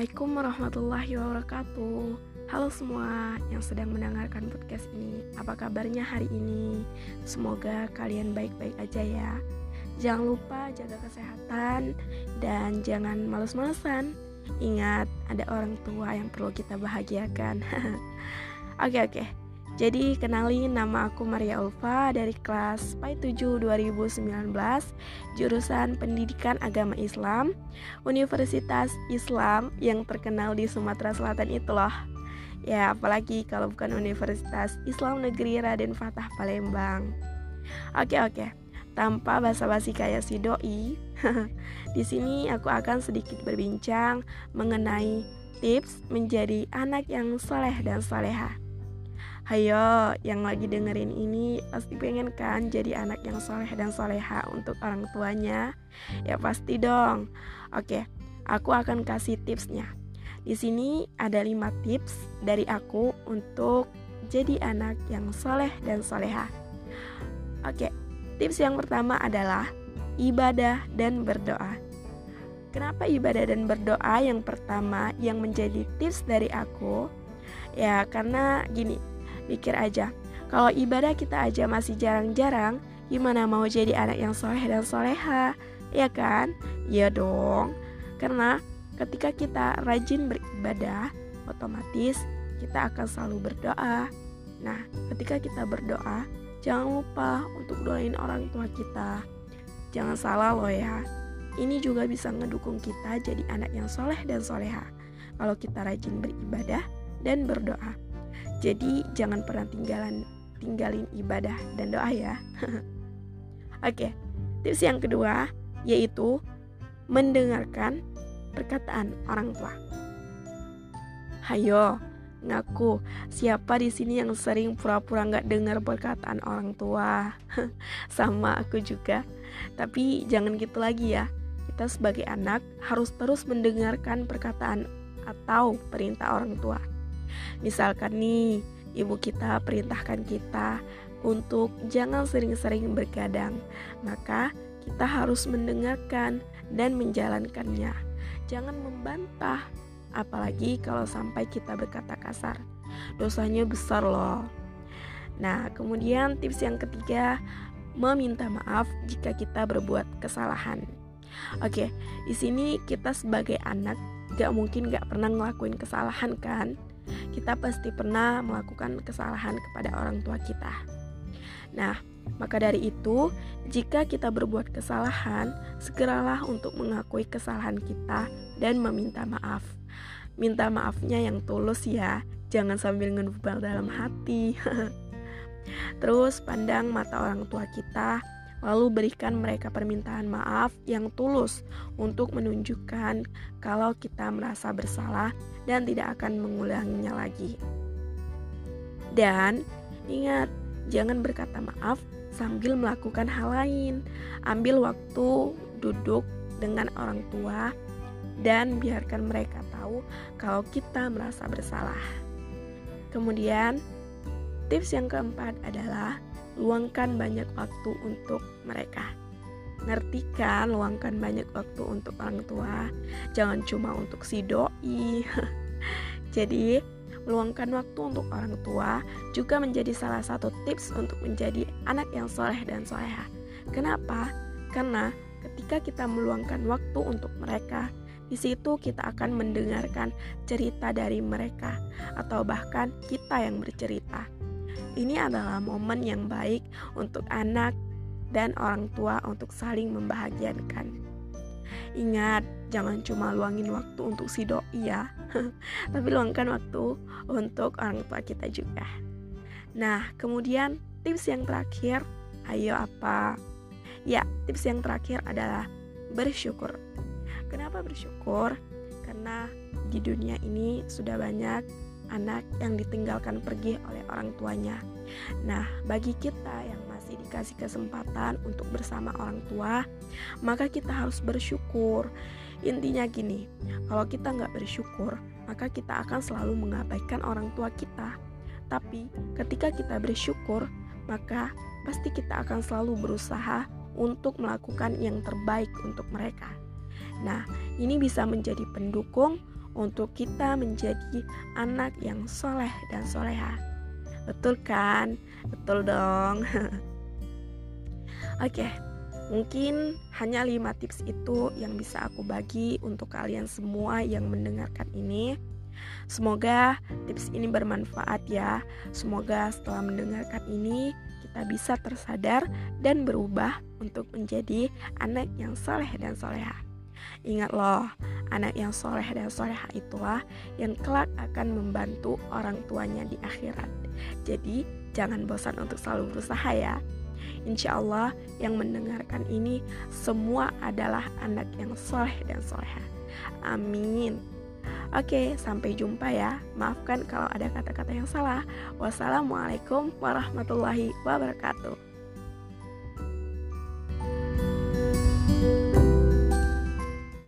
Assalamualaikum warahmatullahi wabarakatuh. Halo semua yang sedang mendengarkan podcast ini. Apa kabarnya hari ini? Semoga kalian baik-baik aja ya. Jangan lupa jaga kesehatan dan jangan males-malesan. Ingat, ada orang tua yang perlu kita bahagiakan. Oke. Jadi kenalin, nama aku Maria Ulfa dari kelas PAI 7 2019, jurusan Pendidikan Agama Islam, Universitas Islam yang terkenal di Sumatera Selatan itu loh. Ya, apalagi kalau bukan Universitas Islam Negeri Raden Fatah Palembang. Oke. Tanpa basa-basi kayak si doi, di sini aku akan sedikit berbincang mengenai tips menjadi anak yang soleh dan soleha. Hayo, yang lagi dengerin ini pasti pengen kan jadi anak yang soleh dan soleha untuk orang tuanya? Ya pasti dong. Oke, aku akan kasih tipsnya. Di sini ada 5 tips dari aku untuk jadi anak yang soleh dan soleha. Oke, tips yang pertama adalah ibadah dan berdoa. Kenapa ibadah dan berdoa yang pertama yang menjadi tips dari aku? Ya karena gini, pikir aja, kalau ibadah kita aja masih jarang-jarang, gimana mau jadi anak yang soleh dan soleha? Ya kan? Ya dong. Karena ketika kita rajin beribadah, otomatis kita akan selalu berdoa. Nah, ketika kita berdoa, jangan lupa untuk doain orang tua kita. Jangan salah loh ya. Ini juga bisa ngedukung kita jadi anak yang soleh dan soleha kalau kita rajin beribadah dan berdoa. Jadi jangan pernah tinggalin ibadah dan doa ya. Oke, tips yang kedua yaitu mendengarkan perkataan orang tua. Hayo, ngaku siapa di sini yang sering pura-pura nggak dengar perkataan orang tua? Sama aku juga. Tapi jangan gitu lagi ya. Kita sebagai anak harus terus mendengarkan perkataan atau perintah orang tua. Misalkan nih, ibu kita perintahkan kita untuk jangan sering-sering bergadang, maka kita harus mendengarkan dan menjalankannya. Jangan membantah, apalagi kalau sampai kita berkata kasar. Dosanya besar loh. Nah, kemudian tips yang ketiga, meminta maaf jika kita berbuat kesalahan. Oke, di sini kita sebagai anak gak mungkin gak pernah ngelakuin kesalahan kan? Kita pasti pernah melakukan kesalahan kepada orang tua kita. Nah, maka dari itu, jika kita berbuat kesalahan, segeralah untuk mengakui kesalahan kita dan meminta maaf. Minta maafnya yang tulus ya, jangan sambil ngedumel dalam hati. Terus pandang mata orang tua kita, lalu berikan mereka permintaan maaf yang tulus untuk menunjukkan kalau kita merasa bersalah dan tidak akan mengulanginya lagi. Dan ingat, jangan berkata maaf sambil melakukan hal lain. Ambil waktu duduk dengan orang tua dan biarkan mereka tahu kalau kita merasa bersalah. Kemudian, tips yang keempat adalah luangkan banyak waktu untuk mereka. Ngerti kan, luangkan banyak waktu untuk orang tua, jangan cuma untuk si doi. Jadi, meluangkan waktu untuk orang tua juga menjadi salah satu tips untuk menjadi anak yang soleh dan soleha. Kenapa? Karena ketika kita meluangkan waktu untuk mereka, di situ kita akan mendengarkan cerita dari mereka atau bahkan kita yang bercerita. Ini adalah momen yang baik untuk anak dan orang tua untuk saling membahagiakan. Ingat, jangan cuma luangin waktu untuk si doi ya, tapi luangkan waktu untuk orang tua kita juga. Nah, kemudian tips yang terakhir, ayo apa? Ya, tips yang terakhir adalah bersyukur. Kenapa bersyukur? Karena di dunia ini sudah banyak anak yang ditinggalkan pergi oleh orang tuanya. Nah, bagi kita yang masih dikasih kesempatan untuk bersama orang tua, maka kita harus bersyukur. Intinya gini, kalau kita nggak bersyukur, maka kita akan selalu mengabaikan orang tua kita. Tapi ketika kita bersyukur, maka pasti kita akan selalu berusaha untuk melakukan yang terbaik untuk mereka. Nah, ini bisa menjadi pendukung untuk kita menjadi anak yang soleh dan soleha. Betul kan? Betul dong. Oke, mungkin hanya 5 tips itu yang bisa aku bagi untuk kalian semua yang mendengarkan ini. Semoga tips ini bermanfaat ya. Semoga setelah mendengarkan ini kita bisa tersadar dan berubah untuk menjadi anak yang soleh dan soleha. Ingat loh, anak yang soleh dan soleha itulah yang kelak akan membantu orang tuanya di akhirat. Jadi jangan bosan untuk selalu berusaha ya. Insya Allah yang mendengarkan ini semua adalah anak yang soleh dan soleha. Amin. Oke, sampai jumpa ya. Maafkan kalau ada kata-kata yang salah. Wassalamualaikum warahmatullahi wabarakatuh.